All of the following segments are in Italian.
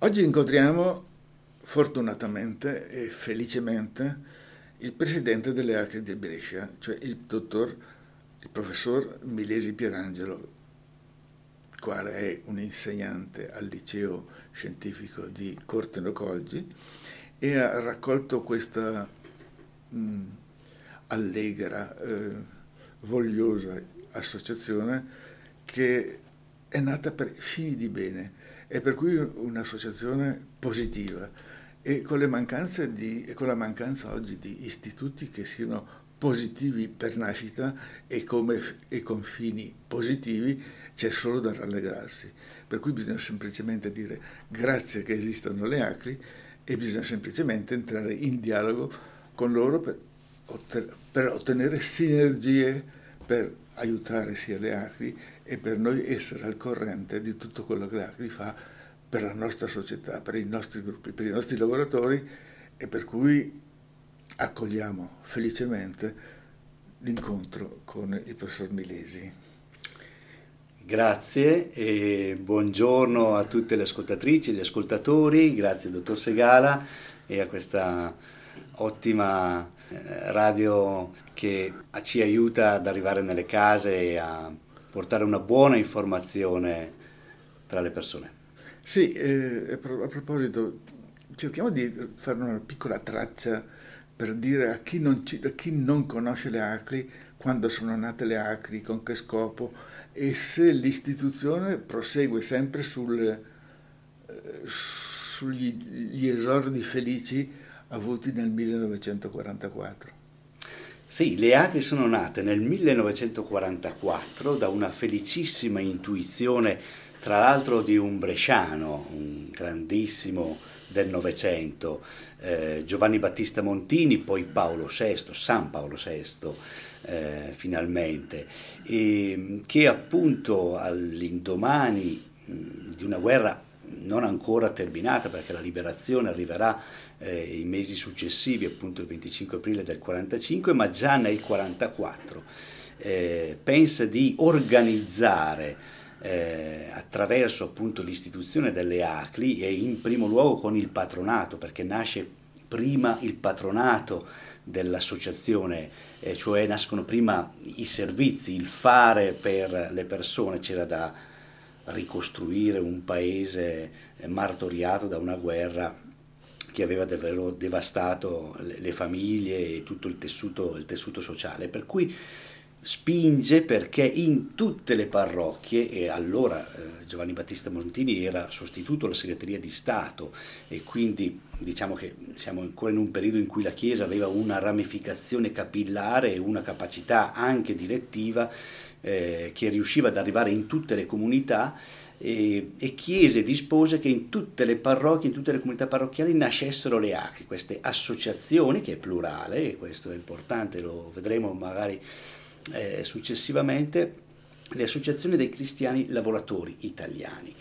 Oggi incontriamo fortunatamente e felicemente il presidente delle Acri di Brescia, cioè il professor Milesi Pierangelo, quale è un insegnante al liceo scientifico di Corteno Colgi e ha raccolto questa mh, allegra, vogliosa associazione che è nata per fini di bene e per cui un'associazione positiva e con la mancanza oggi di istituti che siano positivi per nascita e con fini positivi c'è solo da rallegrarsi. Per cui bisogna semplicemente dire grazie che esistono le ACLI e bisogna semplicemente entrare in dialogo con loro per ottenere sinergie per aiutare sia le ACLI e per noi essere al corrente di tutto quello che l'ACLI fa per la nostra società, per i nostri gruppi, per i nostri lavoratori e per cui accogliamo felicemente l'incontro con il professor Milesi. Grazie e buongiorno a tutte le ascoltatrici e gli ascoltatori, grazie dottor Segala e a questa ottima radio che ci aiuta ad arrivare nelle case e a portare una buona informazione tra le persone. Sì, a proposito, cerchiamo di fare una piccola traccia per dire a chi non conosce le ACLI, quando sono nate le ACLI, con che scopo e se l'istituzione prosegue sempre sugli esordi felici avuti nel 1944. Sì, le Acri sono nate nel 1944 da una felicissima intuizione, tra l'altro di un bresciano, un grandissimo del Novecento, Giovanni Battista Montini, poi Paolo VI, San Paolo VI, finalmente, e che appunto all'indomani di una guerra non ancora terminata, perché la liberazione arriverà i mesi successivi, appunto il 25 aprile del 45, ma già nel 44 pensa di organizzare attraverso appunto l'istituzione delle ACLI e in primo luogo con il patronato, perché nasce prima il patronato dell'associazione, cioè nascono prima i servizi, il fare per le persone. C'era da ricostruire un paese martoriato da una guerra che aveva davvero devastato le famiglie e tutto il tessuto sociale, per cui spinge perché in tutte le parrocchie, e allora Giovanni Battista Montini era sostituto alla segreteria di Stato e quindi diciamo che siamo ancora in un periodo in cui la Chiesa aveva una ramificazione capillare e una capacità anche direttiva che riusciva ad arrivare in tutte le comunità e chiese e dispose che in tutte le parrocchie, in tutte le comunità parrocchiali nascessero le ACLI, queste associazioni, che è plurale, e questo è importante, lo vedremo magari successivamente, le associazioni dei cristiani lavoratori italiani,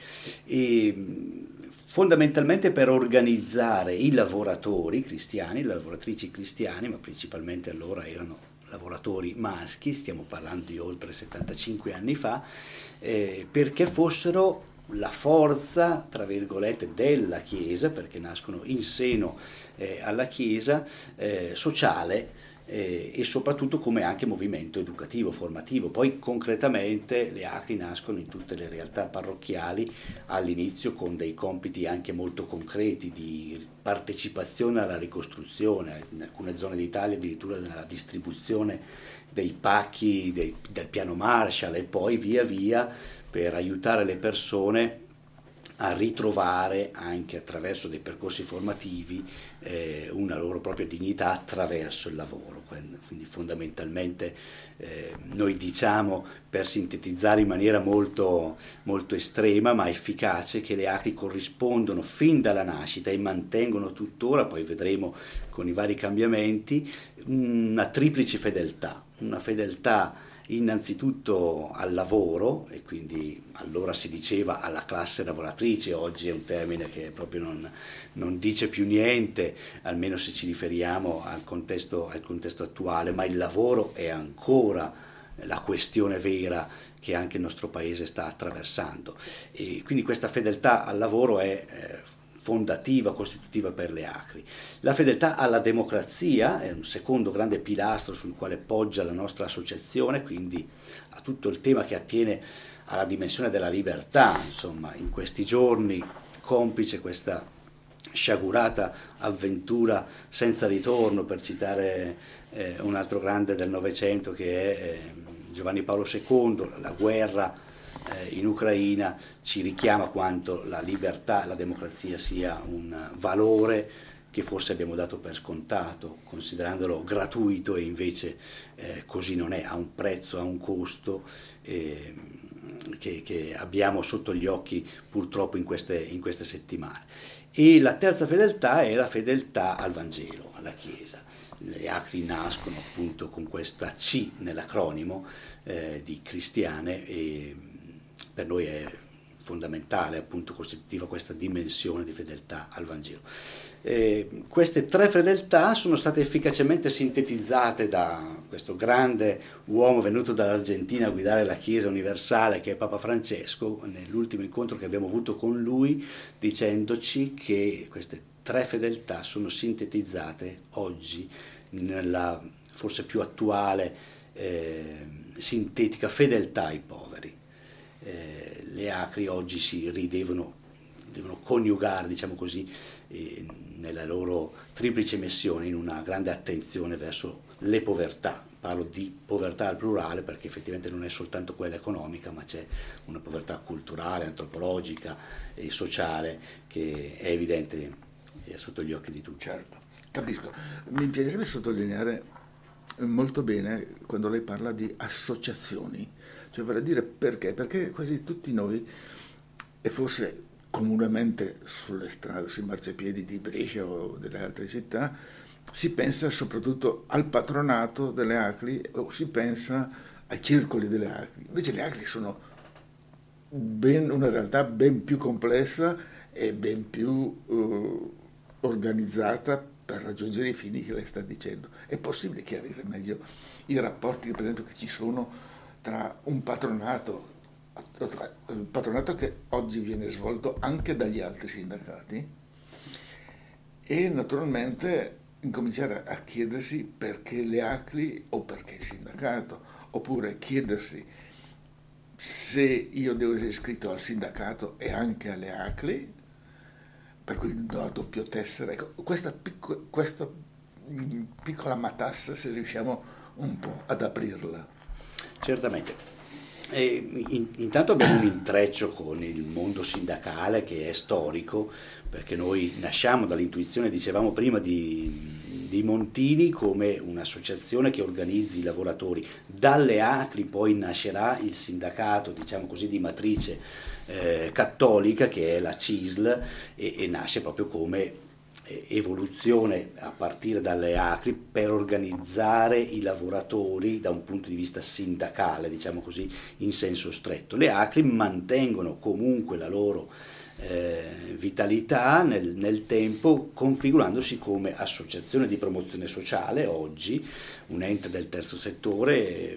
e fondamentalmente per organizzare i lavoratori cristiani, le lavoratrici cristiane, ma principalmente allora erano lavoratori maschi, stiamo parlando di oltre 75 anni fa, perché fossero la forza, tra virgolette, della Chiesa, perché nascono in seno alla Chiesa, sociale, e soprattutto come anche movimento educativo, formativo. Poi concretamente le ACLI nascono in tutte le realtà parrocchiali all'inizio con dei compiti anche molto concreti di partecipazione alla ricostruzione, in alcune zone d'Italia addirittura nella distribuzione dei pacchi del piano Marshall, e poi via via per aiutare le persone a ritrovare anche attraverso dei percorsi formativi una loro propria dignità attraverso il lavoro. Quindi fondamentalmente noi diciamo, per sintetizzare in maniera molto, molto estrema ma efficace, che le ACLI corrispondono fin dalla nascita e mantengono tuttora, poi vedremo con i vari cambiamenti, una triplice fedeltà, una fedeltà innanzitutto al lavoro, e quindi allora si diceva alla classe lavoratrice, oggi è un termine che proprio non dice più niente, almeno se ci riferiamo al contesto attuale, ma il lavoro è ancora la questione vera che anche il nostro paese sta attraversando, e quindi questa fedeltà al lavoro è fondativa, costitutiva per le Acri. La fedeltà alla democrazia è un secondo grande pilastro sul quale poggia la nostra associazione, quindi a tutto il tema che attiene alla dimensione della libertà. Insomma, in questi giorni, complice questa sciagurata avventura senza ritorno, per citare un altro grande del Novecento che è Giovanni Paolo II, la guerra in Ucraina ci richiama quanto la libertà e la democrazia sia un valore che forse abbiamo dato per scontato, considerandolo gratuito, e invece così non è, ha un prezzo, ha un costo che abbiamo sotto gli occhi purtroppo in queste settimane. E la terza fedeltà è la fedeltà al Vangelo, alla Chiesa. Le Acri nascono appunto con questa C nell'acronimo di cristiane, e per noi è fondamentale, appunto costitutiva questa dimensione di fedeltà al Vangelo. Queste tre fedeltà sono state efficacemente sintetizzate da questo grande uomo venuto dall'Argentina a guidare la Chiesa universale, che è Papa Francesco, nell'ultimo incontro che abbiamo avuto con lui, dicendoci che queste tre fedeltà sono sintetizzate oggi nella forse più attuale, sintetica fedeltà ai poveri. Le Acri oggi devono coniugare, diciamo così, nella loro triplice missione, in una grande attenzione verso le povertà. Parlo di povertà al plurale perché effettivamente non è soltanto quella economica, ma c'è una povertà culturale, antropologica e sociale che è evidente, è sotto gli occhi di tutti. Certo, capisco. Mi piacerebbe sottolineare molto bene quando lei parla di associazioni, cioè vorrei dire perché? Perché quasi tutti noi, e forse comunemente sulle strade, sui marciapiedi di Brescia o delle altre città, si pensa soprattutto al patronato delle Acri o si pensa ai circoli delle Acri. Invece le Acri sono una realtà ben più complessa e ben più organizzata per raggiungere i fini che lei sta dicendo. È possibile chiarire meglio i rapporti, per esempio, che ci sono tra un patronato, il patronato che oggi viene svolto anche dagli altri sindacati, e naturalmente incominciare a chiedersi perché le Acri o perché il sindacato, oppure chiedersi se io devo essere iscritto al sindacato e anche alle Acri, per cui do la doppia tessera. Ecco, questa piccola matassa, se riusciamo un po' ad aprirla. Certamente. Intanto abbiamo un intreccio con il mondo sindacale che è storico, perché noi nasciamo dall'intuizione, dicevamo prima, di Montini come un'associazione che organizzi i lavoratori. Dalle Acri poi nascerà il sindacato, diciamo così, di matrice cattolica, che è la CISL, e nasce proprio come evoluzione a partire dalle Acri per organizzare i lavoratori da un punto di vista sindacale, diciamo così, in senso stretto. Le Acri mantengono comunque la loro vitalità nel tempo, configurandosi come associazione di promozione sociale, oggi un ente del terzo settore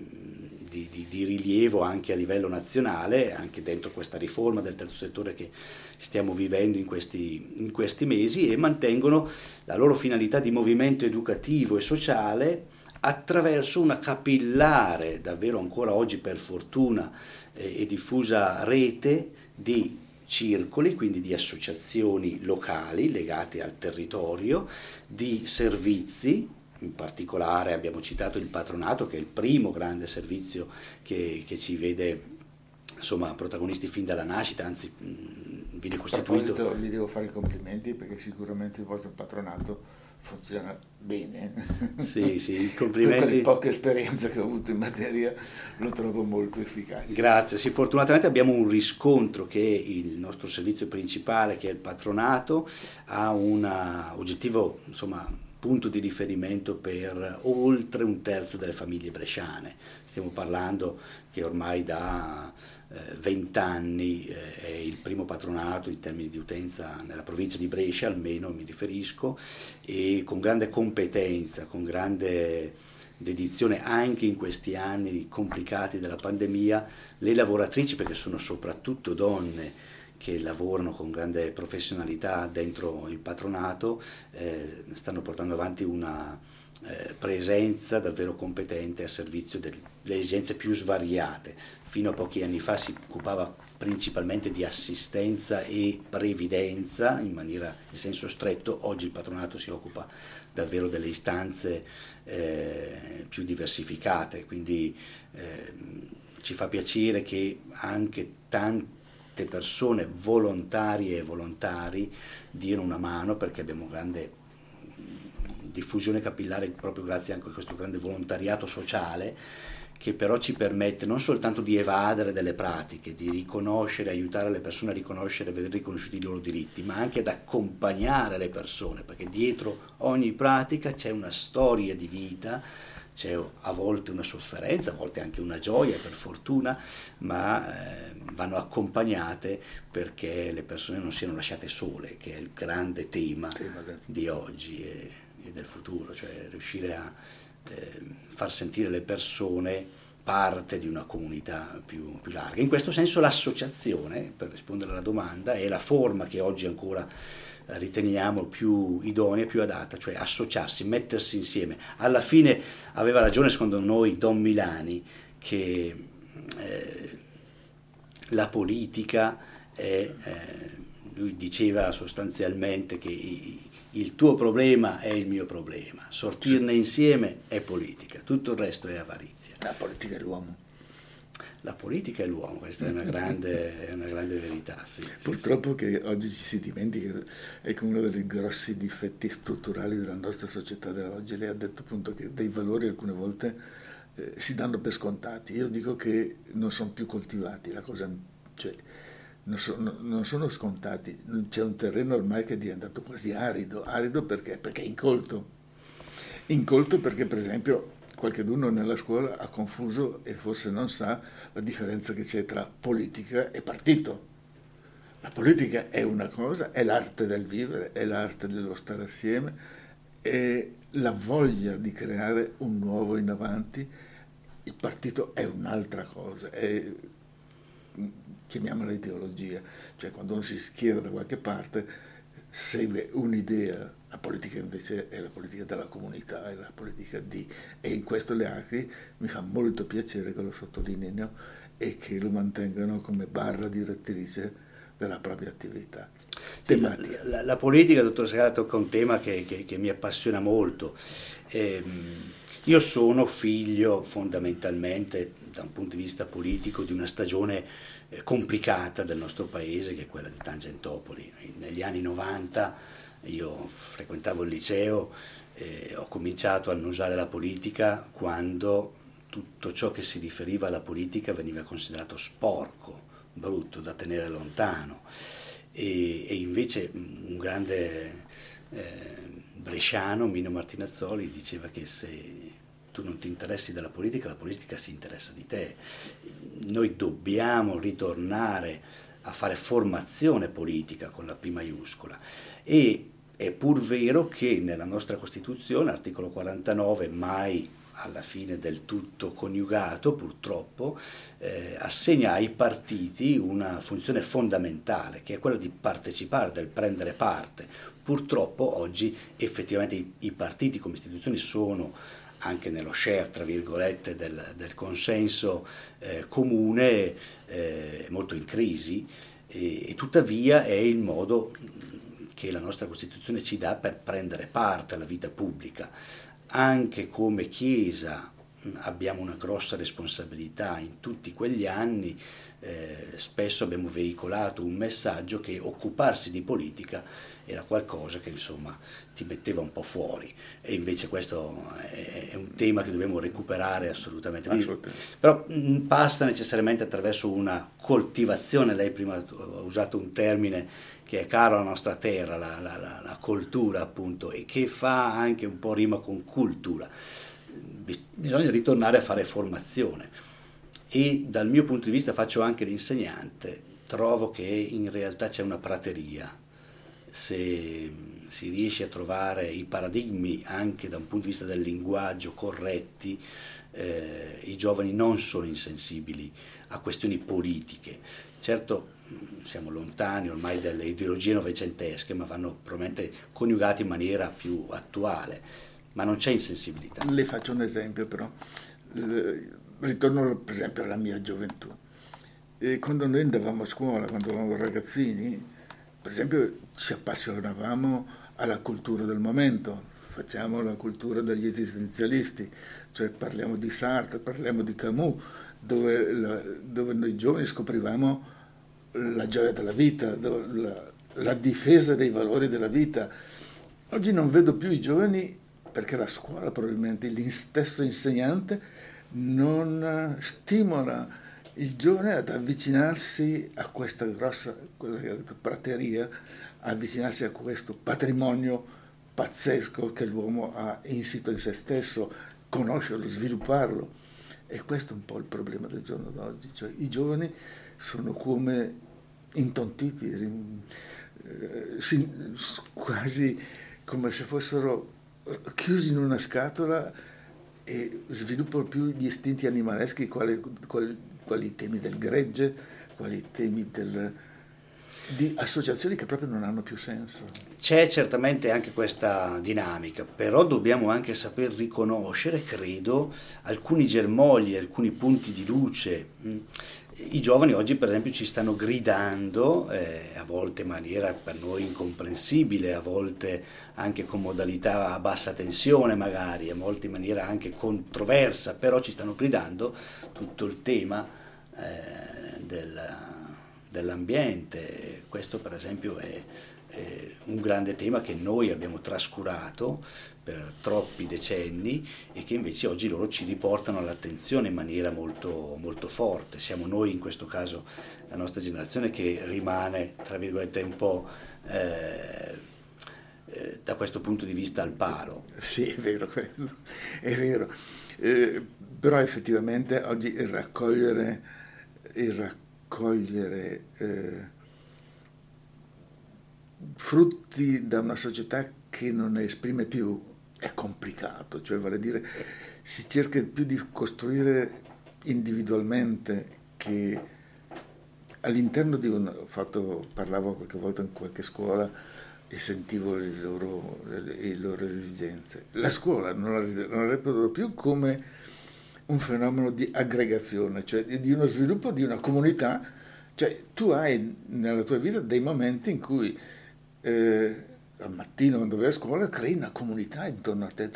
di rilievo anche a livello nazionale, anche dentro questa riforma del terzo settore che stiamo vivendo in questi mesi, e mantengono la loro finalità di movimento educativo e sociale attraverso una capillare, davvero ancora oggi per fortuna, e diffusa rete di circoli, quindi di associazioni locali legate al territorio, di servizi. In particolare abbiamo citato il patronato, che è il primo grande servizio che ci vede, insomma, protagonisti fin dalla nascita, anzi viene costituito. Vi devo fare i complimenti perché sicuramente il vostro patronato funziona bene. Sì, complimenti. Per quelle poche esperienze che ho avuto in materia lo trovo molto efficace. Grazie, sì, fortunatamente abbiamo un riscontro che il nostro servizio principale, che è il patronato, ha un oggettivo, insomma, punto di riferimento per oltre un terzo delle famiglie bresciane. Stiamo parlando che ormai da 20 anni è il primo patronato in termini di utenza nella provincia di Brescia, almeno mi riferisco, e con grande competenza, con grande dedizione anche in questi anni complicati della pandemia, le lavoratrici, perché sono soprattutto donne che lavorano con grande professionalità dentro il patronato, stanno portando avanti una presenza davvero competente a servizio delle esigenze più svariate. Fino a pochi anni fa si occupava principalmente di assistenza e previdenza in senso stretto. Oggi il patronato si occupa davvero delle istanze più diversificate, quindi ci fa piacere che anche tante persone volontarie e volontari diano una mano, perché abbiamo grande diffusione capillare proprio grazie anche a questo grande volontariato sociale, che però ci permette non soltanto di evadere delle pratiche, di riconoscere, aiutare le persone a riconoscere e vedere riconosciuti i loro diritti, ma anche ad accompagnare le persone, perché dietro ogni pratica c'è una storia di vita, c'è a volte una sofferenza, a volte anche una gioia, per fortuna, ma vanno accompagnate perché le persone non siano lasciate sole, che è il grande tema di oggi e del futuro, cioè riuscire a far sentire le persone parte di una comunità più larga. In questo senso l'associazione, per rispondere alla domanda, è la forma che oggi ancora riteniamo più idonea, più adatta, cioè associarsi, mettersi insieme. Alla fine aveva ragione secondo noi Don Milani che la politica lui diceva sostanzialmente che il tuo problema è il mio problema, sortirne insieme è politica, tutto il resto è avarizia. La politica è l'uomo. La politica è l'uomo, questa è una grande verità. Sì, Purtroppo sì. Che oggi ci si dimentica, è che uno dei grossi difetti strutturali della nostra società di oggi. Lei ha detto appunto che dei valori alcune volte si danno per scontati. Io dico che non sono più coltivati, la cosa, cioè, non sono scontati, c'è un terreno ormai che è diventato quasi arido perché è incolto perché per esempio qualcuno nella scuola ha confuso e forse non sa la differenza che c'è tra politica e partito. La politica è una cosa, è l'arte del vivere, è l'arte dello stare assieme, è la voglia di creare un nuovo in avanti. Il partito è un'altra cosa, chiamiamola ideologia, cioè quando uno si schiera da qualche parte segue un'idea. La politica invece è la politica della comunità, è la politica e in questo le ACRI mi fa molto piacere che lo sottolineino e che lo mantengano come barra direttrice della propria attività. La politica, dottor Segala, tocca un tema che mi appassiona molto. Io sono figlio fondamentalmente, da un punto di vista politico, di una stagione complicata del nostro paese, che è quella di Tangentopoli. Negli anni 90 io frequentavo il liceo e ho cominciato a annusare la politica quando tutto ciò che si riferiva alla politica veniva considerato sporco, brutto, da tenere lontano. E invece un grande bresciano, Mino Martinazzoli, diceva che se tu non ti interessi della politica, la politica si interessa di te. Noi dobbiamo ritornare a fare formazione politica con la P maiuscola, e è pur vero che nella nostra Costituzione, articolo 49, mai alla fine del tutto coniugato purtroppo, assegna ai partiti una funzione fondamentale, che è quella di partecipare, del prendere parte. Purtroppo oggi effettivamente i partiti come istituzioni sono anche nello share, tra virgolette, del consenso comune, molto in crisi, e tuttavia è il modo che la nostra Costituzione ci dà per prendere parte alla vita pubblica. Anche come Chiesa abbiamo una grossa responsabilità. In tutti quegli anni spesso abbiamo veicolato un messaggio che occuparsi di politica era qualcosa che insomma ti metteva un po' fuori, e invece questo è un tema che dobbiamo recuperare assolutamente. Però passa necessariamente attraverso una coltivazione. Lei prima ha usato un termine che è caro alla nostra terra, la cultura appunto, e che fa anche un po' rima con cultura. Bisogna ritornare a fare formazione, e dal mio punto di vista faccio anche l'insegnante, trovo che in realtà c'è una prateria se si riesce a trovare i paradigmi anche da un punto di vista del linguaggio corretti, i giovani non sono insensibili a questioni politiche. Certo, siamo lontani ormai dalle ideologie novecentesche, ma vanno probabilmente coniugate in maniera più attuale, ma non c'è insensibilità. Le faccio un esempio però, ritorno per esempio alla mia gioventù. E quando noi andavamo a scuola, quando eravamo ragazzini, per esempio ci appassionavamo alla cultura del momento, facciamo la cultura degli esistenzialisti, cioè parliamo di Sartre, parliamo di Camus, dove noi giovani scoprivamo la gioia della vita, la difesa dei valori della vita. Oggi non vedo più i giovani perché la scuola probabilmente, il stesso insegnante non stimola il giovane ad avvicinarsi a questa grossa prateria, avvicinarsi a questo patrimonio pazzesco che l'uomo ha insito in se stesso, conoscerlo, svilupparlo. E questo è un po' il problema del giorno d'oggi, cioè i giovani sono come intontiti, quasi come se fossero chiusi in una scatola e sviluppano più gli istinti animaleschi, quali temi del gregge, quali temi di associazioni che proprio non hanno più senso. C'è certamente anche questa dinamica, però dobbiamo anche saper riconoscere, credo, alcuni germogli, alcuni punti di luce. I giovani oggi per esempio ci stanno gridando, a volte in maniera per noi incomprensibile, a volte anche con modalità a bassa tensione magari, a volte in maniera anche controversa, però ci stanno gridando tutto il tema dell'ambiente. Questo per esempio è un grande tema che noi abbiamo trascurato per troppi decenni e che invece oggi loro ci riportano all'attenzione in maniera molto, molto forte. Siamo noi in questo caso, la nostra generazione, che rimane tra virgolette un po' da questo punto di vista al palo. Sì, è vero questo, è vero. Però effettivamente oggi il raccogliere frutti da una società che non ne esprime più è complicato, cioè vale a dire si cerca più di costruire individualmente che all'interno di parlavo qualche volta in qualche scuola e sentivo le loro esigenze. La scuola non la reputo più come un fenomeno di aggregazione, cioè di uno sviluppo di una comunità, cioè tu hai nella tua vita dei momenti in cui al mattino quando vai a scuola crei una comunità intorno a te,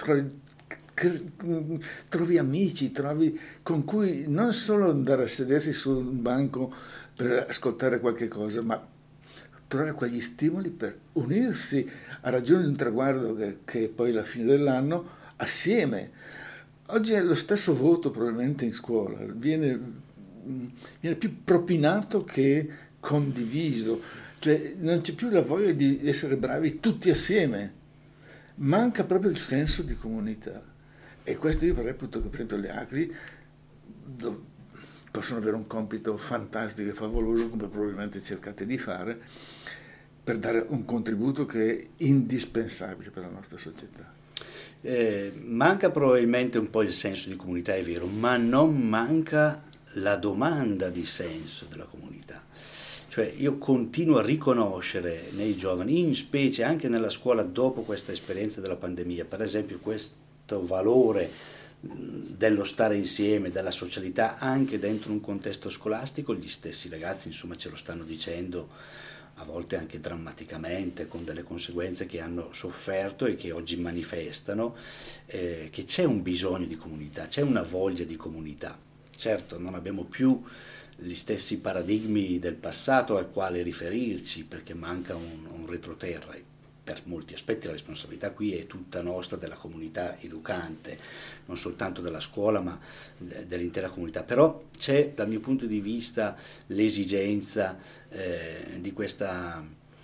trovi amici, con cui non solo andare a sedersi su un banco per ascoltare qualche cosa, ma trovare quegli stimoli per unirsi a raggiungere un traguardo che è poi la fine dell'anno assieme. Oggi è lo stesso voto probabilmente in scuola, viene più propinato che condiviso. Cioè non c'è più la voglia di essere bravi tutti assieme, manca proprio il senso di comunità. E questo io reputo che per esempio le ACRI possono avere un compito fantastico e favoloso, come probabilmente cercate di fare, per dare un contributo che è indispensabile per la nostra società. Manca probabilmente un po' il senso di comunità, è vero, ma non manca la domanda di senso della comunità. Cioè io continuo a riconoscere nei giovani, in specie anche nella scuola dopo questa esperienza della pandemia, per esempio questo valore dello stare insieme, della socialità anche dentro un contesto scolastico. Gli stessi ragazzi insomma ce lo stanno dicendo, a volte anche drammaticamente, con delle conseguenze che hanno sofferto e che oggi manifestano, che c'è un bisogno di comunità, c'è una voglia di comunità. Certo, non abbiamo più gli stessi paradigmi del passato al quale riferirci, perché manca un retroterra. Per molti aspetti la responsabilità qui è tutta nostra, della comunità educante, non soltanto della scuola ma dell'intera comunità. Però c'è dal mio punto di vista l'esigenza di questa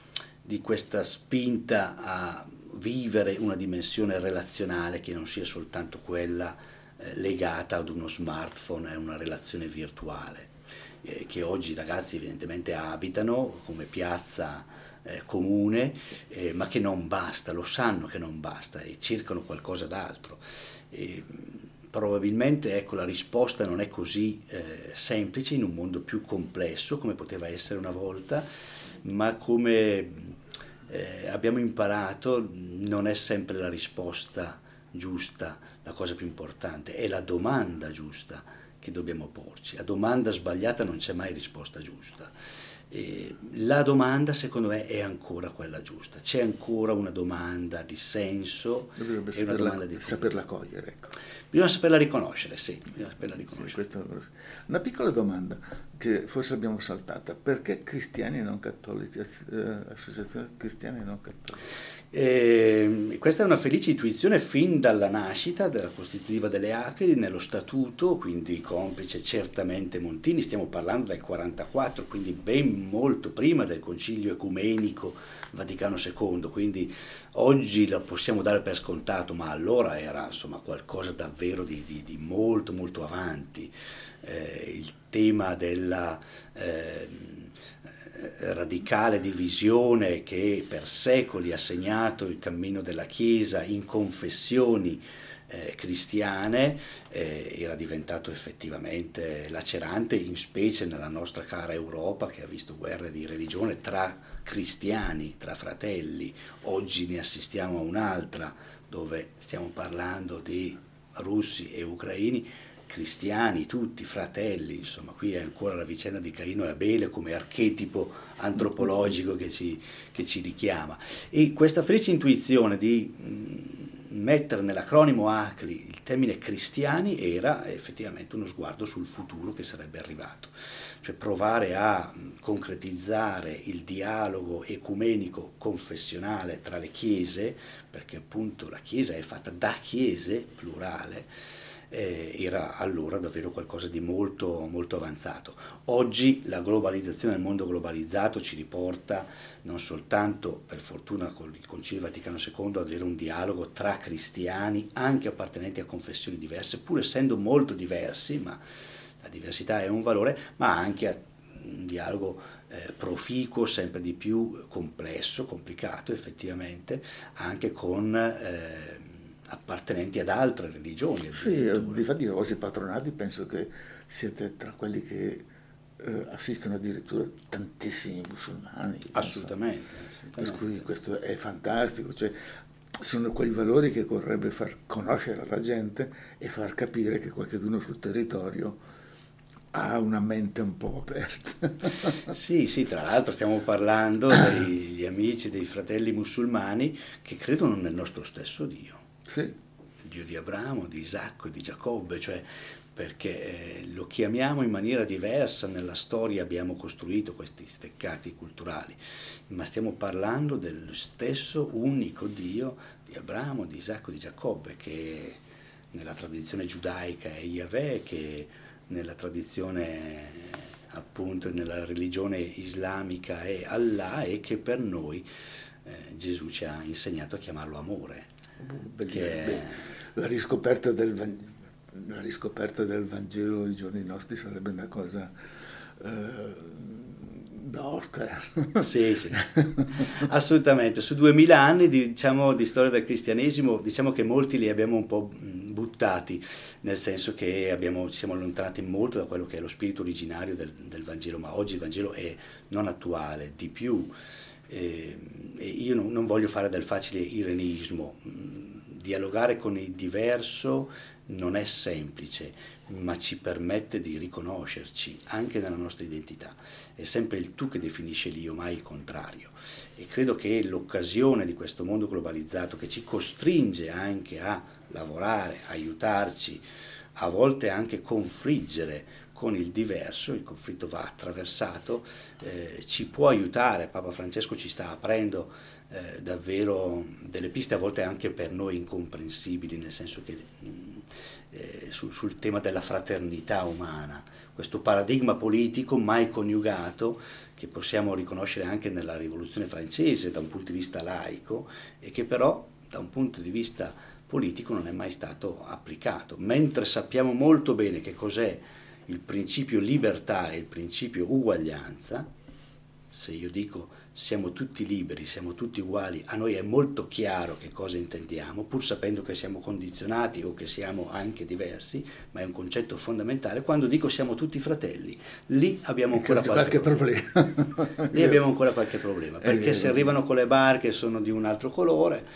spinta a vivere una dimensione relazionale che non sia soltanto quella legata ad uno smartphone e una relazione virtuale, che oggi i ragazzi evidentemente abitano come piazza comune, ma che non basta, lo sanno che non basta e cercano qualcosa d'altro. Probabilmente ecco, la risposta non è così semplice in un mondo più complesso come poteva essere una volta, ma come abbiamo imparato non è sempre la risposta giusta la cosa più importante, è la domanda giusta che dobbiamo porci. A domanda sbagliata non c'è mai risposta giusta. La domanda secondo me è ancora quella giusta, c'è ancora una domanda di senso e una domanda di saperla cogliere, ecco. Bisogna saperla riconoscere, sì, bisogna saperla riconoscere. Sì, una piccola domanda che forse abbiamo saltata: perché cristiani non cattolici, associazione cristiani non cattolici? Questa è una felice intuizione fin dalla nascita della Costitutiva delle Acri, nello statuto, quindi complice certamente Montini, stiamo parlando del 44, quindi ben molto prima del Concilio Ecumenico Vaticano II, quindi oggi la possiamo dare per scontato, ma allora era insomma qualcosa davvero di molto molto avanti. Il tema della radicale divisione che per secoli ha segnato il cammino della Chiesa in confessioni cristiane era diventato effettivamente lacerante, in specie nella nostra cara Europa, che ha visto guerre di religione tra cristiani, tra fratelli. Oggi ne assistiamo a un'altra, dove stiamo parlando di russi e ucraini, cristiani, tutti fratelli, insomma qui è ancora la vicenda di Caino e Abele come archetipo antropologico che ci richiama. E questa felice intuizione di mettere nell'acronimo ACLI il termine cristiani era effettivamente uno sguardo sul futuro che sarebbe arrivato, cioè provare a concretizzare il dialogo ecumenico confessionale tra le chiese, perché appunto la Chiesa è fatta da chiese, plurale, era allora davvero qualcosa di molto, molto avanzato. Oggi la globalizzazione del mondo globalizzato ci riporta non soltanto, per fortuna con il Concilio Vaticano II, ad avere un dialogo tra cristiani, anche appartenenti a confessioni diverse, pur essendo molto diversi, ma la diversità è un valore, ma anche a un dialogo proficuo, sempre di più complesso, complicato effettivamente, anche con appartenenti ad altre religioni. Sì, difatti i vostri patronati penso che siete tra quelli che assistono addirittura tantissimi musulmani. Assolutamente. Per cui questo è fantastico, cioè sono quei valori che vorrebbe far conoscere alla gente e far capire che qualcuno sul territorio ha una mente un po' aperta. Sì, tra l'altro stiamo parlando degli amici, dei fratelli musulmani che credono nel nostro stesso Dio. Sì. Il Dio di Abramo, di Isacco e di Giacobbe, cioè perché lo chiamiamo in maniera diversa, nella storia abbiamo costruito questi steccati culturali, ma stiamo parlando dello stesso unico Dio di Abramo, di Isacco e di Giacobbe, che nella tradizione giudaica è Yahweh, che nella tradizione appunto nella religione islamica è Allah, e che per noi Gesù ci ha insegnato a chiamarlo amore. La riscoperta del Vangelo ai giorni nostri sarebbe una cosa da Oscar. Sì, assolutamente. Su 2000 anni di storia del cristianesimo, diciamo che molti li abbiamo un po' buttati, nel senso che ci siamo allontanati molto da quello che è lo spirito originario del Vangelo, ma oggi il Vangelo è non attuale, di più. E io non voglio fare del facile irenismo. Dialogare con il diverso non è semplice, ma ci permette di riconoscerci anche nella nostra identità. È sempre il tu che definisce l'io, mai il contrario. E credo che l'occasione di questo mondo globalizzato, che ci costringe anche a lavorare, aiutarci, a volte anche confliggere con il diverso, il conflitto va attraversato, ci può aiutare. Papa Francesco ci sta aprendo davvero delle piste a volte anche per noi incomprensibili, nel senso che sul tema della fraternità umana, questo paradigma politico mai coniugato che possiamo riconoscere anche nella Rivoluzione francese da un punto di vista laico, e che però da un punto di vista politico non è mai stato applicato, mentre sappiamo molto bene che cos'è il principio libertà e il principio uguaglianza. se io dico siamo tutti liberi, siamo tutti uguali, a noi è molto chiaro che cosa intendiamo, pur sapendo che siamo condizionati o che siamo anche diversi, ma è un concetto fondamentale. Quando dico siamo tutti fratelli, lì abbiamo ancora qualche problema. Lì abbiamo ancora qualche problema, perché se arrivano con le barche e sono di un altro colore,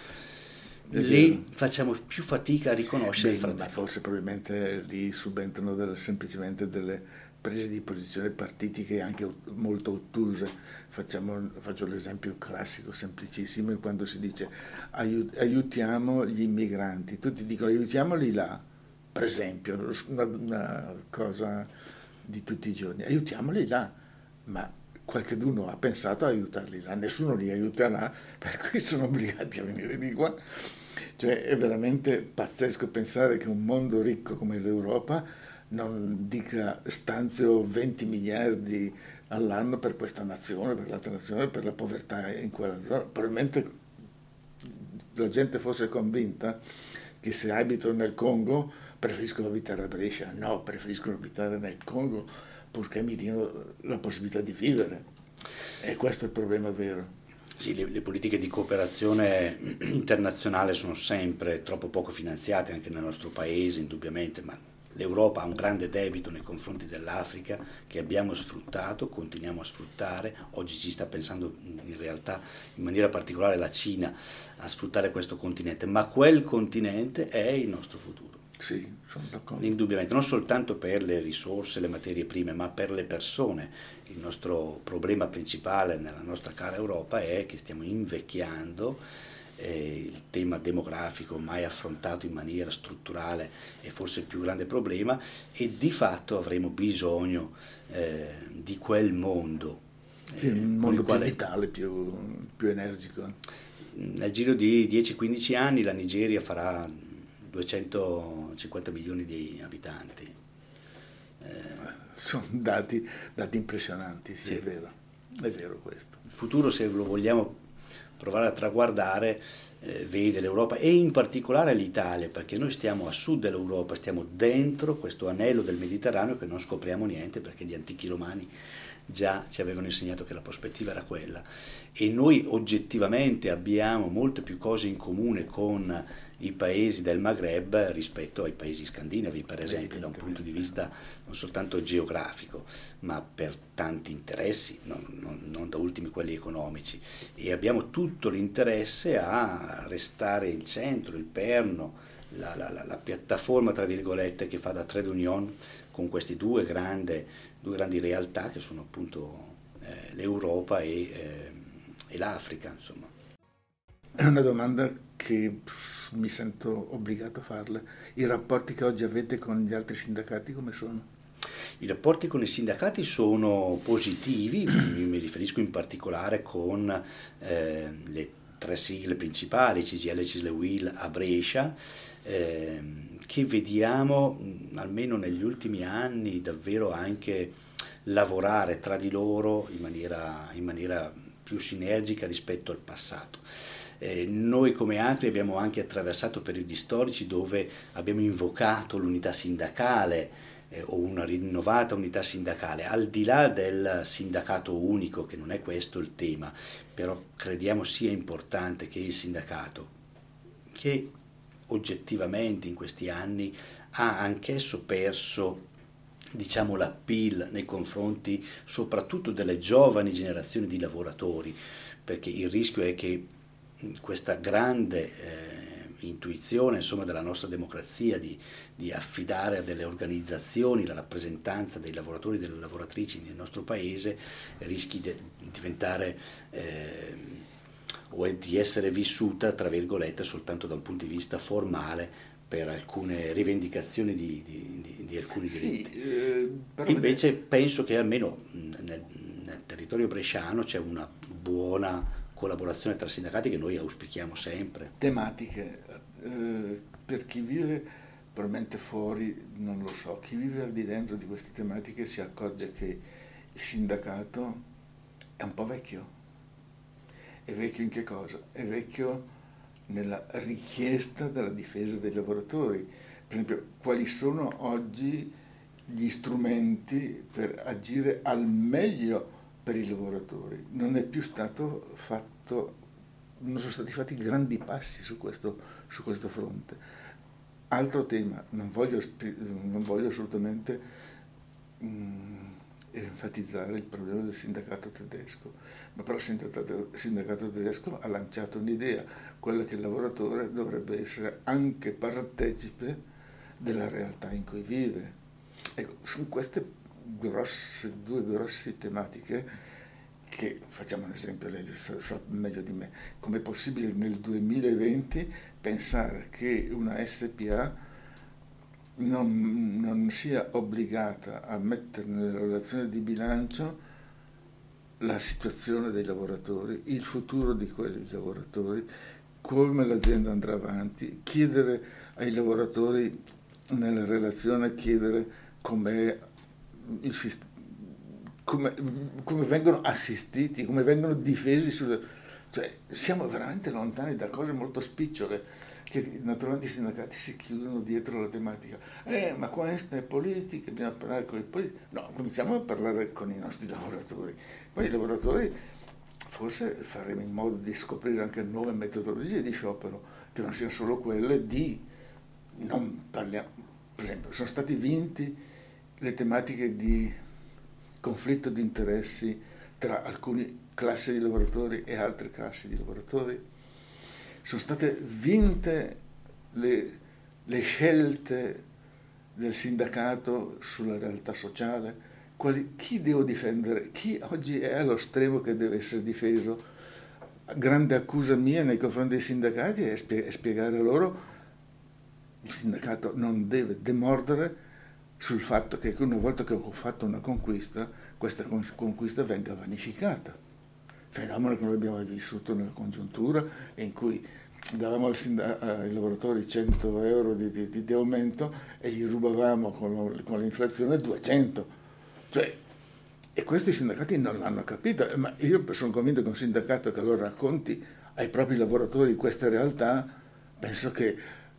lì facciamo più fatica a riconoscere i fratelli. Ma forse probabilmente lì subentrano semplicemente delle prese di posizione partitiche anche molto ottuse. Faccio l'esempio classico, semplicissimo, quando si dice aiutiamo gli immigranti, tutti dicono aiutiamoli là, per esempio, una cosa di tutti i giorni, aiutiamoli là, ma qualcuno ha pensato a aiutarli là, nessuno li aiuta là, per cui sono obbligati a venire di qua. Cioè è veramente pazzesco pensare che un mondo ricco come l'Europa non dica stanzio 20 miliardi all'anno per questa nazione, per l'altra nazione, per la povertà in quella zona. Probabilmente la gente fosse convinta che se abito nel Congo preferiscono abitare a Brescia. No, preferiscono abitare nel Congo purché mi diano la possibilità di vivere. E questo è il problema vero. Sì, le politiche di cooperazione internazionale sono sempre troppo poco finanziate anche nel nostro paese, indubbiamente, ma l'Europa ha un grande debito nei confronti dell'Africa che abbiamo sfruttato, continuiamo a sfruttare. Oggi ci sta pensando in realtà in maniera particolare la Cina a sfruttare questo continente, ma quel continente è il nostro futuro. Sì, sono d'accordo. Indubbiamente, non soltanto per le risorse, le materie prime, ma per le persone. Il nostro problema principale nella nostra cara Europa è che stiamo invecchiando, il tema demografico mai affrontato in maniera strutturale è forse il più grande problema, e di fatto avremo bisogno di quel mondo. Sì, un mondo più vitale, più energico. Nel giro di 10-15 anni la Nigeria farà 250 milioni di abitanti. Sono dati impressionanti, sì, è vero questo. Il futuro, se lo vogliamo provare a traguardare, vede l'Europa e in particolare l'Italia, perché noi stiamo a sud dell'Europa, stiamo dentro questo anello del Mediterraneo che non scopriamo niente, perché gli antichi romani già ci avevano insegnato che la prospettiva era quella, e noi oggettivamente abbiamo molte più cose in comune con i paesi del Maghreb rispetto ai paesi scandinavi, per esempio, da un punto di vista non soltanto geografico, ma per tanti interessi, non da ultimi quelli economici, e abbiamo tutto l'interesse a restare il centro, il perno, la piattaforma tra virgolette che fa da trade union con queste due grandi realtà che sono appunto l'Europa e l'Africa, insomma. È una domanda che mi sento obbligato a farle. I rapporti che oggi avete con gli altri sindacati come sono? I rapporti con i sindacati sono positivi, mi riferisco in particolare con le tre sigle principali, CGIL, CISL, UIL a Brescia, che vediamo almeno negli ultimi anni davvero anche lavorare tra di loro in maniera più sinergica rispetto al passato. Noi come altri abbiamo anche attraversato periodi storici dove abbiamo invocato l'unità sindacale o una rinnovata unità sindacale, al di là del sindacato unico, che non è questo il tema, però crediamo sia importante che il sindacato, che oggettivamente in questi anni ha anch'esso perso, diciamo, l'appeal nei confronti soprattutto delle giovani generazioni di lavoratori, perché il rischio è che questa grande intuizione, insomma, della nostra democrazia di affidare a delle organizzazioni la rappresentanza dei lavoratori e delle lavoratrici nel nostro paese rischi di diventare o di essere vissuta, tra virgolette, soltanto da un punto di vista formale per alcune rivendicazioni di alcuni diritti. Invece penso che almeno nel territorio bresciano c'è una buona collaborazione tra sindacati che noi auspichiamo sempre. Tematiche, per chi vive probabilmente fuori non lo so, chi vive al di dentro di queste tematiche si accorge che il sindacato è un po' vecchio. È vecchio in che cosa? È vecchio nella richiesta della difesa dei lavoratori. Per esempio, quali sono oggi gli strumenti per agire al meglio per i lavoratori. Non è più stato fatto, non sono stati fatti grandi passi su questo fronte. Altro tema, non voglio assolutamente enfatizzare il problema del sindacato tedesco, ma però il sindacato tedesco ha lanciato un'idea, quella che il lavoratore dovrebbe essere anche partecipe della realtà in cui vive. Ecco, su queste due grosse tematiche, che facciamo un esempio, lei sa meglio di me, com'è possibile nel 2020 pensare che una SPA non sia obbligata a mettere nella relazione di bilancio la situazione dei lavoratori, il futuro di quei lavoratori, come l'azienda andrà avanti, chiedere ai lavoratori nella relazione, chiedere com'è il sistema, come vengono assistiti, come vengono difesi cioè siamo veramente lontani da cose molto spicciole, che naturalmente i sindacati si chiudono dietro la tematica. Ma questa è politica, bisogna parlare con i politici. No, cominciamo a parlare con i nostri lavoratori. Poi i lavoratori forse faremo in modo di scoprire anche nuove metodologie di sciopero, che non siano solo quelle di non parliamo. Per esempio, sono stati vinti le tematiche di conflitto di interessi tra alcune classi di lavoratori e altre classi di lavoratori. Sono state vinte le scelte del sindacato sulla realtà sociale. Chi devo difendere? Chi oggi è allo stremo che deve essere difeso? Grande accusa mia nei confronti dei sindacati è spiegare loro il sindacato non deve demordere sul fatto che una volta che ho fatto una conquista, questa conquista venga vanificata. Fenomeno che noi abbiamo vissuto nella congiuntura in cui davamo ai lavoratori 100 euro di aumento e gli rubavamo con l'inflazione 200. Cioè, e questi sindacati non l'hanno capito, ma io sono convinto che un sindacato che lo racconti ai propri lavoratori questa realtà, penso che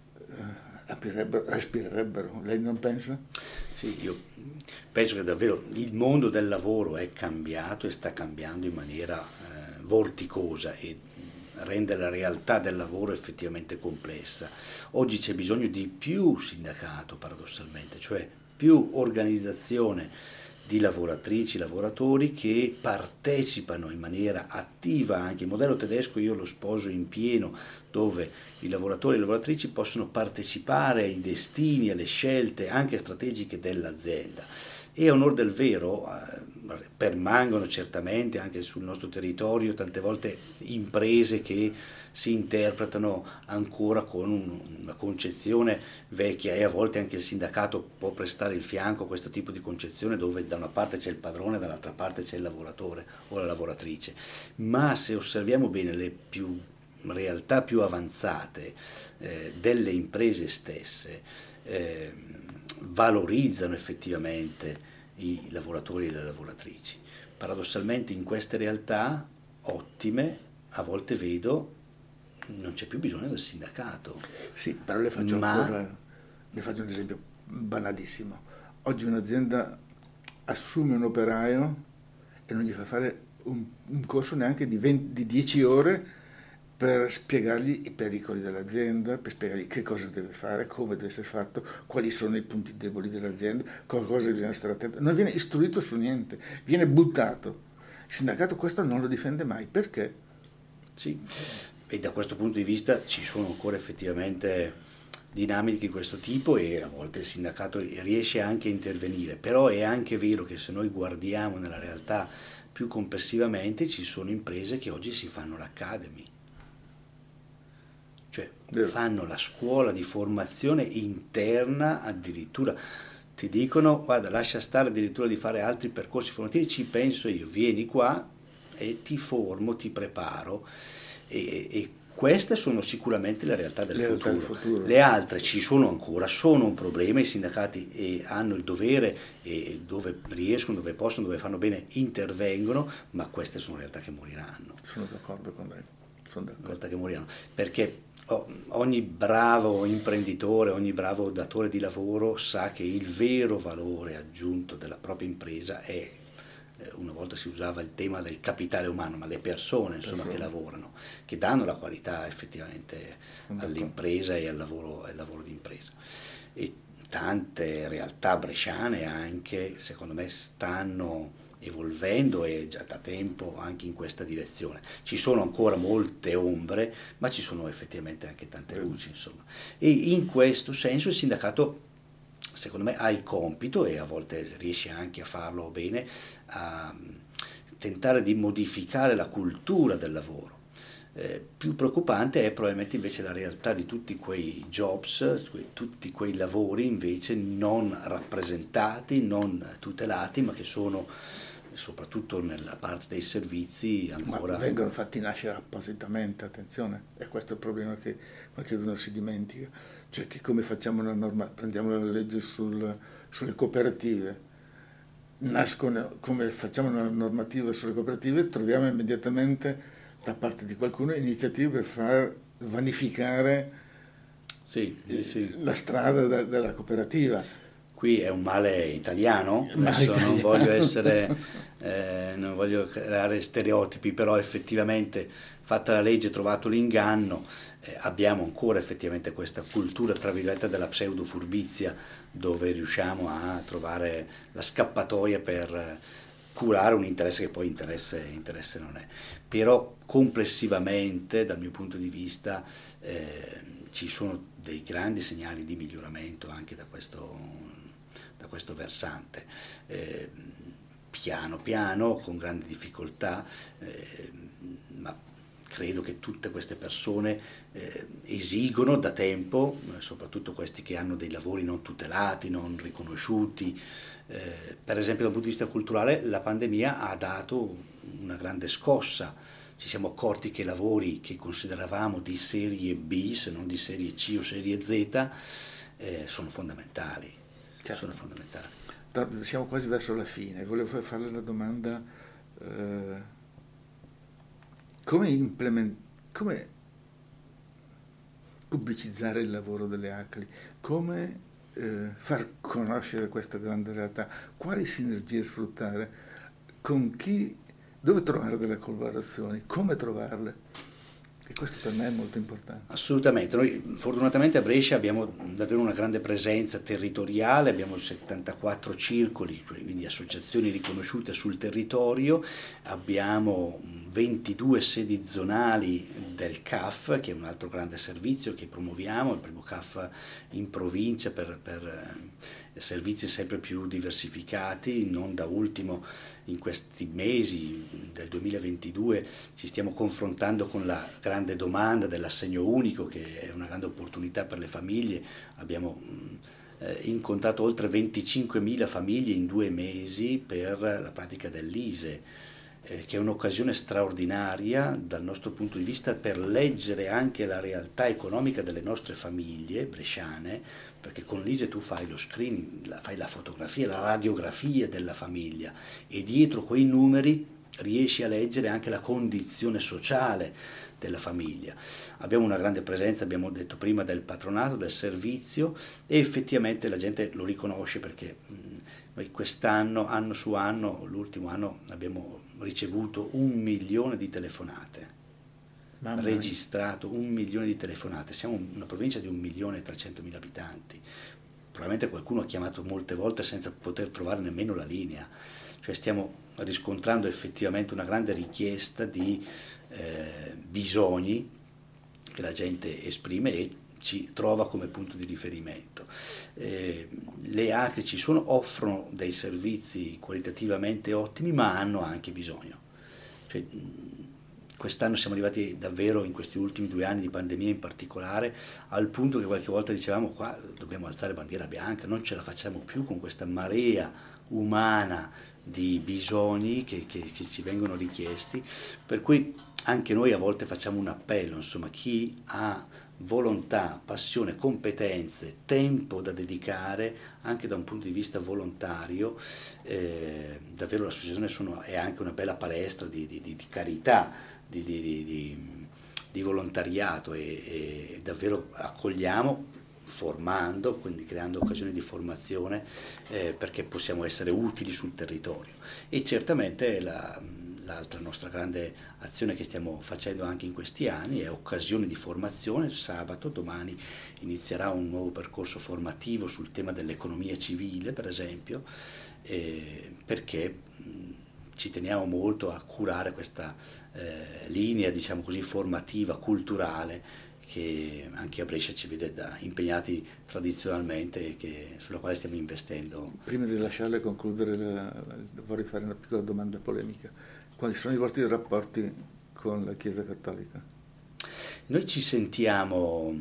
respirerebbero. Lei non pensa? Sì, io penso che davvero il mondo del lavoro è cambiato e sta cambiando in maniera vorticosa e rende la realtà del lavoro effettivamente complessa. Oggi c'è bisogno di più sindacato, paradossalmente, cioè più organizzazione di lavoratrici, lavoratori che partecipano in maniera attiva anche. Il modello tedesco io lo sposo in pieno, dove i lavoratori e le lavoratrici possono partecipare ai destini, alle scelte anche strategiche dell'azienda. E a onor del vero permangono certamente anche sul nostro territorio tante volte imprese che si interpretano ancora con una concezione vecchia, e a volte anche il sindacato può prestare il fianco a questo tipo di concezione, dove da una parte c'è il padrone, dall'altra parte c'è il lavoratore o la lavoratrice. Ma se osserviamo bene le realtà più avanzate delle imprese stesse, valorizzano effettivamente i lavoratori e le lavoratrici. Paradossalmente in queste realtà ottime a volte vedo non c'è più bisogno del sindacato. Sì, però le faccio un esempio banalissimo. Oggi un'azienda assume un operaio e non gli fa fare un corso neanche di 10 ore per spiegargli i pericoli dell'azienda, per spiegargli che cosa deve fare, come deve essere fatto, quali sono i punti deboli dell'azienda, cosa bisogna stare attento. Non viene istruito su niente, viene buttato. Il sindacato questo non lo difende mai. Perché? Sì, e da questo punto di vista ci sono ancora effettivamente dinamiche di questo tipo e a volte il sindacato riesce anche a intervenire, però è anche vero che se noi guardiamo nella realtà più complessivamente ci sono imprese che oggi si fanno l'academy. Cioè fanno la scuola di formazione interna addirittura, ti dicono guarda lascia stare addirittura di fare altri percorsi formativi, ci penso io, vieni qua e ti formo, ti preparo e queste sono sicuramente le realtà del futuro. Le altre ci sono ancora, sono un problema, i sindacati hanno il dovere e dove riescono, dove possono, dove fanno bene intervengono, ma queste sono realtà che moriranno. Sono d'accordo con lei, realtà che moriranno, perché ogni bravo imprenditore, ogni bravo datore di lavoro sa che il vero valore aggiunto della propria impresa è una volta si usava il tema del capitale umano, ma le persone insomma che lavorano, che danno la qualità effettivamente all'impresa e al lavoro di impresa. E tante realtà bresciane anche, secondo me, stanno evolvendo e già da tempo anche in questa direzione. Ci sono ancora molte ombre, ma ci sono effettivamente anche tante luci, insomma. E in questo senso il sindacato, secondo me, ha il compito, e a volte riesce anche a farlo bene, a tentare di modificare la cultura del lavoro. Più preoccupante è probabilmente invece la realtà di tutti quei jobs, tutti quei lavori invece non rappresentati, non tutelati, ma che sono, soprattutto nella parte dei servizi, ancora... Ma vengono fatti nascere appositamente, attenzione, e questo è il problema che qualcuno si dimentica, cioè che come facciamo una norma, prendiamo la legge sulle cooperative, nascono, come facciamo una normativa sulle cooperative, troviamo immediatamente da parte di qualcuno iniziative per far vanificare sì. la strada della cooperativa. Qui è un male italiano, adesso non voglio creare stereotipi, però effettivamente fatta la legge, trovato l'inganno, abbiamo ancora effettivamente questa cultura tra virgolette della pseudo furbizia, dove riusciamo a trovare la scappatoia per curare un interesse che poi interesse non è. Però complessivamente, dal mio punto di vista, ci sono dei grandi segnali di miglioramento anche da questo versante. Piano piano, con grandi difficoltà, ma credo che tutte queste persone esigono da tempo, soprattutto questi che hanno dei lavori non tutelati, non riconosciuti. Per esempio dal punto di vista culturale la pandemia ha dato una grande scossa, ci siamo accorti che lavori che consideravamo di serie B, se non di serie C o serie Z, sono fondamentali. Certo. Sono fondamentali. Siamo quasi verso la fine, volevo farle la domanda, come pubblicizzare il lavoro delle ACLI, come far conoscere questa grande realtà, quali sinergie sfruttare, con chi, dove trovare delle collaborazioni, come trovarle. E questo per me è molto importante. Assolutamente, noi fortunatamente a Brescia abbiamo davvero una grande presenza territoriale, abbiamo 74 circoli, quindi associazioni riconosciute sul territorio, abbiamo 22 sedi zonali del CAF, che è un altro grande servizio che promuoviamo, il primo CAF in provincia per servizi sempre più diversificati. Non da ultimo in questi mesi del 2022 ci stiamo confrontando con la grande domanda dell'assegno unico, che è una grande opportunità per le famiglie. Abbiamo incontrato oltre 25.000 famiglie in 2 mesi per la pratica dell'ISE, che è un'occasione straordinaria dal nostro punto di vista per leggere anche la realtà economica delle nostre famiglie bresciane, perché con l'ISE tu fai lo screening, fai la fotografia, la radiografia della famiglia, e dietro quei numeri riesci a leggere anche la condizione sociale della famiglia. Abbiamo una grande presenza, abbiamo detto prima, del patronato, del servizio, e effettivamente la gente lo riconosce, perché noi quest'anno, anno su anno, l'ultimo anno abbiamo ricevuto 1 milione di telefonate, registrato 1 milione di telefonate. Siamo una provincia di 1.300.000 abitanti, probabilmente qualcuno ha chiamato molte volte senza poter trovare nemmeno la linea, cioè stiamo riscontrando effettivamente una grande richiesta di bisogni che la gente esprime e ci trova come punto di riferimento. Le ACLI ci sono, offrono dei servizi qualitativamente ottimi, ma hanno anche bisogno. Cioè, quest'anno siamo arrivati davvero, in questi ultimi 2 anni di pandemia in particolare, al punto che qualche volta dicevamo: qua dobbiamo alzare bandiera bianca, non ce la facciamo più con questa marea umana di bisogni che ci vengono richiesti, per cui anche noi a volte facciamo un appello, insomma, chi ha volontà, passione, competenze, tempo da dedicare anche da un punto di vista volontario, davvero l'associazione è anche una bella palestra di carità, di volontariato, e davvero accogliamo formando, quindi creando occasioni di formazione perché possiamo essere utili sul territorio. E certamente l'altra nostra grande azione che stiamo facendo anche in questi anni è occasioni di formazione. Sabato, domani, inizierà un nuovo percorso formativo sul tema dell'economia civile, per esempio, perché ci teniamo molto a curare questa linea, diciamo così, formativa, culturale, che anche a Brescia ci vede impegnati tradizionalmente e sulla quale stiamo investendo. Prima di lasciarle concludere, vorrei fare una piccola domanda polemica. Quali sono i vostri rapporti con la Chiesa Cattolica? Noi ci sentiamo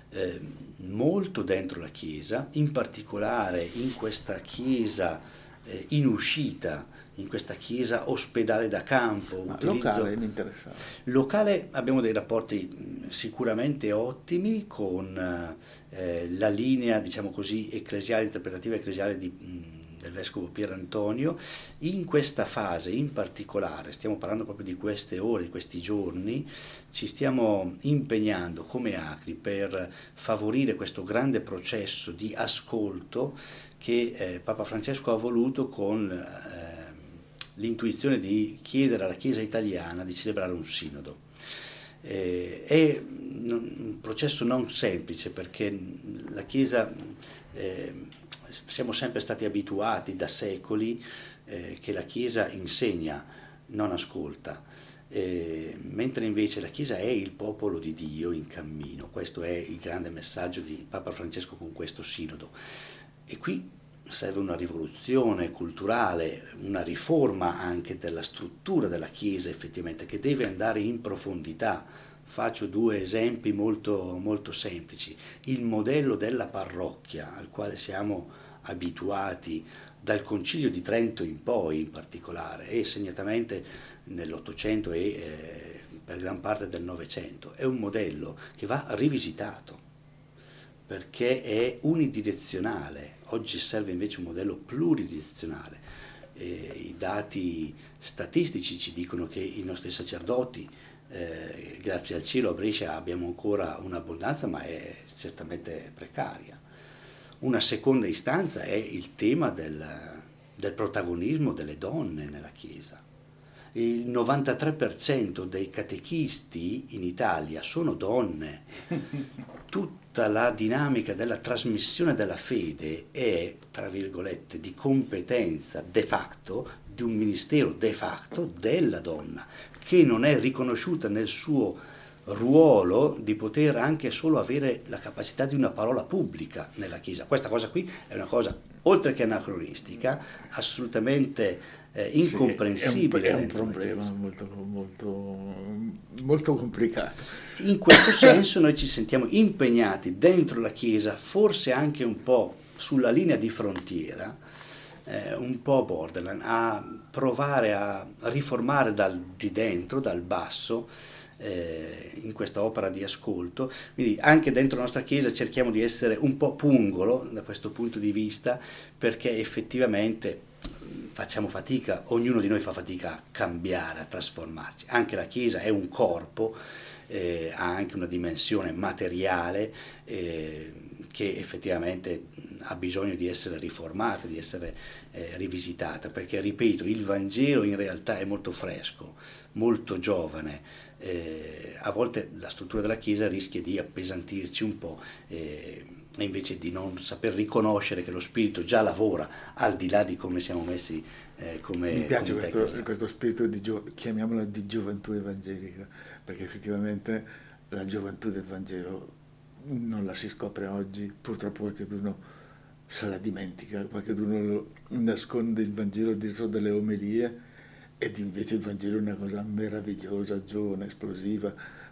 molto dentro la Chiesa, in particolare in questa Chiesa in uscita, in questa chiesa ospedale da campo. Locale mi interessava. Locale abbiamo dei rapporti sicuramente ottimi con la linea, diciamo così, ecclesiale, interpretativa ecclesiale del Vescovo Pier Antonio. In questa fase in particolare, stiamo parlando proprio di queste ore, di questi giorni, ci stiamo impegnando come ACRI per favorire questo grande processo di ascolto che Papa Francesco ha voluto con l'intuizione di chiedere alla Chiesa italiana di celebrare un sinodo. È un processo non semplice perché la Chiesa, siamo sempre stati abituati da secoli che la Chiesa insegna, non ascolta, mentre invece la Chiesa è il popolo di Dio in cammino. Questo è il grande messaggio di Papa Francesco con questo sinodo. E qui serve una rivoluzione culturale, una riforma anche della struttura della Chiesa effettivamente, che deve andare in profondità. Faccio due esempi molto, molto semplici. Il modello della parrocchia al quale siamo abituati dal Concilio di Trento in poi in particolare, e segnatamente nell'Ottocento e per gran parte del Novecento, è un modello che va rivisitato perché è unidirezionale. Oggi serve invece un modello pluridirezionale. I dati statistici ci dicono che i nostri sacerdoti, grazie al cielo a Brescia abbiamo ancora un'abbondanza, ma è certamente precaria. Una seconda istanza è il tema del protagonismo delle donne nella Chiesa. Il 93% dei catechisti in Italia sono donne. Tutta la dinamica della trasmissione della fede è, tra virgolette, di competenza de facto, di un ministero de facto della donna, che non è riconosciuta nel suo ruolo di poter anche solo avere la capacità di una parola pubblica nella Chiesa. Questa cosa qui è una cosa, oltre che anacronistica, assolutamente incomprensibile. Sì, è un problema molto, molto, molto complicato. In questo senso noi ci sentiamo impegnati dentro la Chiesa, forse anche un po' sulla linea di frontiera, un po' borderline, a provare a riformare di dentro, dal basso, in questa opera di ascolto. Quindi anche dentro la nostra Chiesa cerchiamo di essere un po' pungolo da questo punto di vista, perché effettivamente facciamo fatica, ognuno di noi fa fatica a cambiare, a trasformarci. Anche la Chiesa è un corpo, ha anche una dimensione materiale che effettivamente ha bisogno di essere riformata, di essere rivisitata, perché ripeto, il Vangelo in realtà è molto fresco, molto giovane. A volte la struttura della Chiesa rischia di appesantirci un po', e invece di non saper riconoscere che lo Spirito già lavora al di là di come siamo messi come. Mi piace questo spirito chiamiamola di gioventù evangelica, perché effettivamente la gioventù del Vangelo non la si scopre oggi, purtroppo qualcuno se la dimentica, qualcuno nasconde il Vangelo dietro delle omelie, ed invece il Vangelo è una cosa meravigliosa, giovane, esplosiva,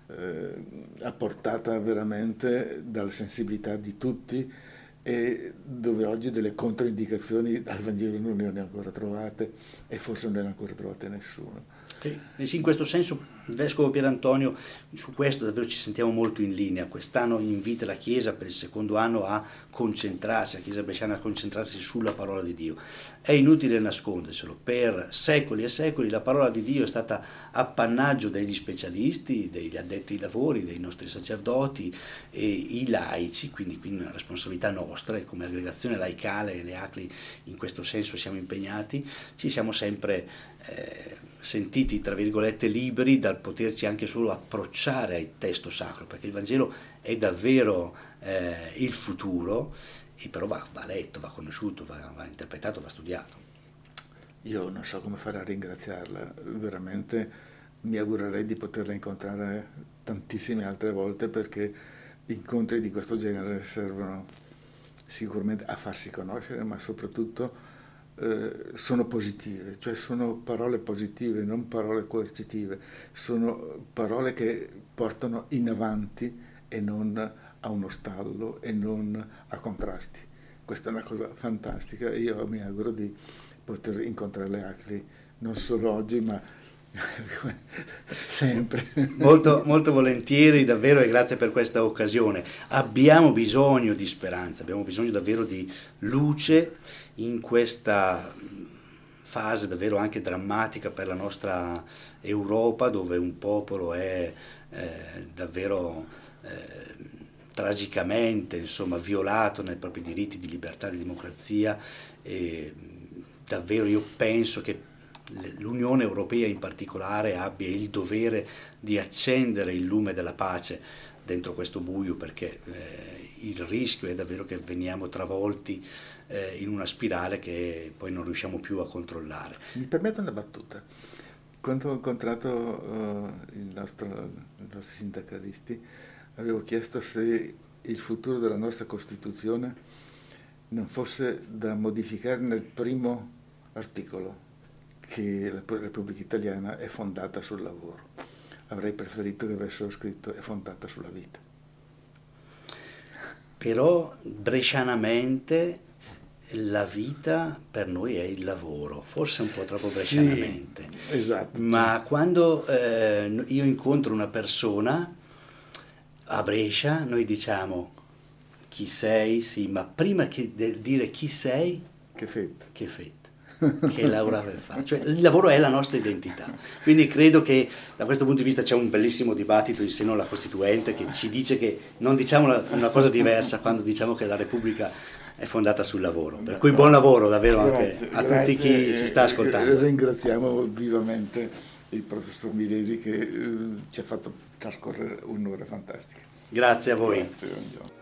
apportata veramente dalla sensibilità di tutti, e dove oggi delle controindicazioni al Vangelo non ne ho ancora trovate, e forse non ne ha ancora trovate nessuno. E sì, in questo senso il Vescovo Pierantonio, su questo davvero ci sentiamo molto in linea. Quest'anno invita la Chiesa per il secondo anno a concentrarsi, la Chiesa bresciana a concentrarsi sulla parola di Dio. È inutile nasconderselo, per secoli e secoli la parola di Dio è stata appannaggio degli specialisti, degli addetti ai lavori, dei nostri sacerdoti e i laici, quindi una responsabilità nostra, e come aggregazione laicale, le ACLI in questo senso siamo impegnati, ci siamo sempre sentiti, tra virgolette, liberi dal poterci anche solo approcciare al testo sacro, perché il Vangelo è davvero il futuro, e però va letto, va conosciuto, va interpretato, va studiato. Io non so come fare a ringraziarla, veramente mi augurerei di poterla incontrare tantissime altre volte, perché incontri di questo genere servono sicuramente a farsi conoscere, ma soprattutto sono positive, cioè sono parole positive, non parole coercitive, sono parole che portano in avanti e non a uno stallo e non a contrasti. Questa è una cosa fantastica e io mi auguro di poter incontrare le ACLI non solo oggi ma sempre. Molto, molto volentieri, davvero, e grazie per questa occasione. Abbiamo bisogno di speranza, abbiamo bisogno davvero di luce in questa fase davvero anche drammatica per la nostra Europa, dove un popolo è davvero tragicamente, insomma, violato nei propri diritti di libertà e di democrazia, e davvero io penso che l'Unione Europea in particolare abbia il dovere di accendere il lume della pace dentro questo buio, perché il rischio è davvero che veniamo travolti in una spirale che poi non riusciamo più a controllare. Mi permetto una battuta. Quando ho incontrato i nostri sindacalisti, avevo chiesto se il futuro della nostra Costituzione non fosse da modificare nel primo articolo, che la Repubblica Italiana è fondata sul lavoro. Avrei preferito che avessero scritto è fondata sulla vita. Però brescianamente la vita per noi è il lavoro, forse un po' troppo brescianamente. Sì, esatto. Ma quando io incontro una persona a Brescia, noi diciamo chi sei, sì, ma prima di dire chi sei, che fetta. Che Laura fa, cioè il lavoro è la nostra identità, quindi credo che da questo punto di vista c'è un bellissimo dibattito in seno alla Costituente che ci dice che non diciamo una cosa diversa quando diciamo che la Repubblica è fondata sul lavoro, per cui buon lavoro davvero Grazie, anche a tutti chi ci sta ascoltando. Ringraziamo vivamente il professor Milesi che ci ha fatto trascorrere un'ora fantastica. Grazie a voi. Grazie,